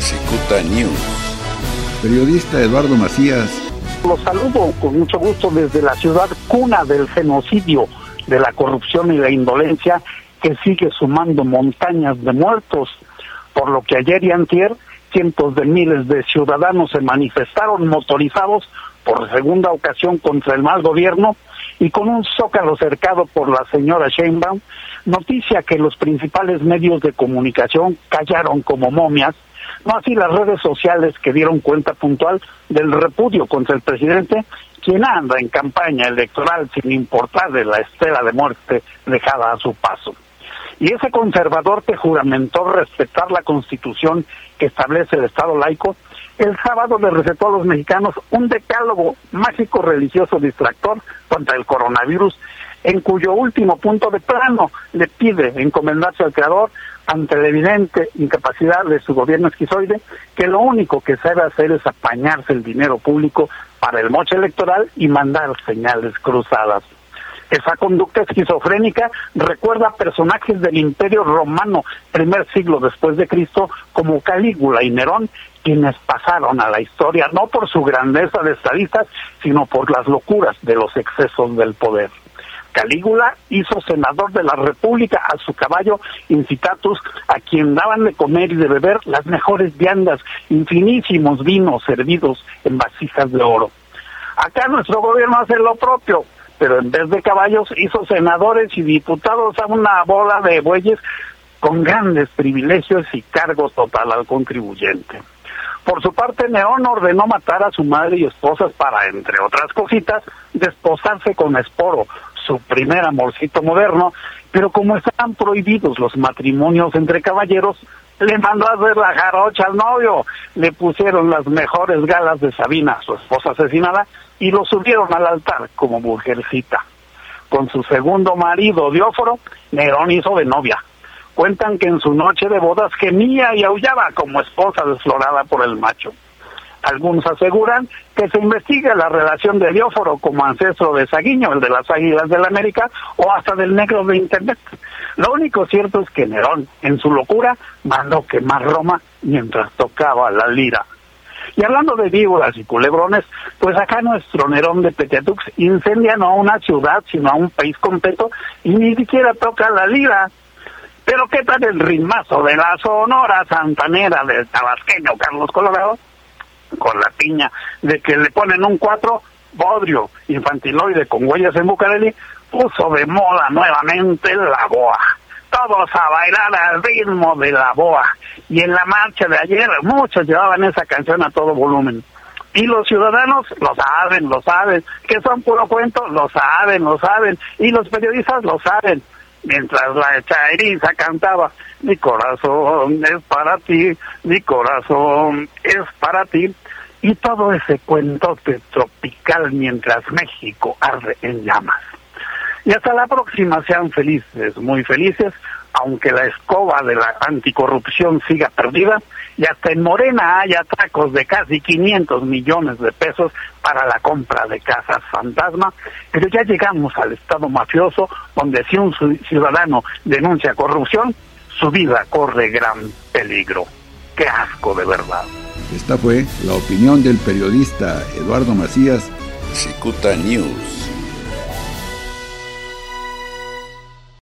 Cicuta News. Periodista Eduardo Macías. Los saludo con mucho gusto desde la ciudad cuna del genocidio, de la corrupción y la indolencia que sigue sumando montañas de muertos, por lo que ayer y antier cientos de miles de ciudadanos se manifestaron motorizados por segunda ocasión contra el mal gobierno y con un zócalo cercado por la señora Sheinbaum, noticia que los principales medios de comunicación callaron como momias, no así las redes sociales que dieron cuenta puntual del repudio contra el presidente, quien anda en campaña electoral sin importar de la estela de muerte dejada a su paso. Y ese conservador que juramentó respetar la Constitución que establece el Estado laico, el sábado le recetó a los mexicanos un decálogo mágico religioso distractor contra el coronavirus, en cuyo último punto de plano le pide encomendarse al Creador ante la evidente incapacidad de su gobierno esquizoide, que lo único que sabe hacer es apañarse el dinero público para el moche electoral y mandar señales cruzadas. Esa conducta esquizofrénica recuerda a personajes del Imperio Romano, primer siglo después de Cristo, como Calígula y Nerón, quienes pasaron a la historia no por su grandeza de estadistas, sino por las locuras de los excesos del poder. Calígula hizo senador de la República a su caballo Incitatus, a quien daban de comer y de beber las mejores viandas, infinísimos vinos servidos en vasijas de oro. Acá nuestro gobierno hace lo propio, pero en vez de caballos hizo senadores y diputados a una bola de bueyes con grandes privilegios y cargo total al contribuyente. Por su parte, Nerón ordenó matar a su madre y esposas para, entre otras cositas, desposarse con Esporo, su primer amorcito moderno, pero como estaban prohibidos los matrimonios entre caballeros, le mandó a hacer la jarocha al novio, le pusieron las mejores galas de Sabina, su esposa asesinada, y lo subieron al altar como mujercita. Con su segundo marido, Dióforo, Nerón hizo de novia. Cuentan que en su noche de bodas gemía y aullaba como esposa desflorada por el macho. Algunos aseguran que se investiga la relación de Dióforo como ancestro de Saguiño, el de las Águilas del la América, o hasta del Negro de Internet. Lo único cierto es que Nerón, en su locura, mandó quemar Roma mientras tocaba la lira. Y hablando de víboras y culebrones, pues acá nuestro Nerón de Petetux incendia no a una ciudad, sino a un país completo, y ni siquiera toca la lira. Pero ¿qué tal el ritmazo de la Sonora Santanera del tabasqueño Carlos Colorado? Con la piña de que le ponen un 4, bodrio infantiloide con huellas en Bucareli, puso de moda nuevamente la boa. Todos a bailar al ritmo de la boa. Y en la marcha de ayer muchos llevaban esa canción a todo volumen. Y los ciudadanos lo saben, que son puro cuento, lo saben, y los periodistas lo saben. Mientras la chairiza cantaba, mi corazón es para ti, mi corazón es para ti, y todo ese cuentote tropical mientras México arde en llamas. Y hasta la próxima, sean felices, muy felices, aunque la escoba de la anticorrupción siga perdida, y hasta en Morena hay atracos de casi 500 millones de pesos para la compra de casas fantasma, pero ya llegamos al estado mafioso, donde si un ciudadano denuncia corrupción, su vida corre gran peligro. ¡Qué asco de verdad! Esta fue la opinión del periodista Eduardo Macías. Cicuta News.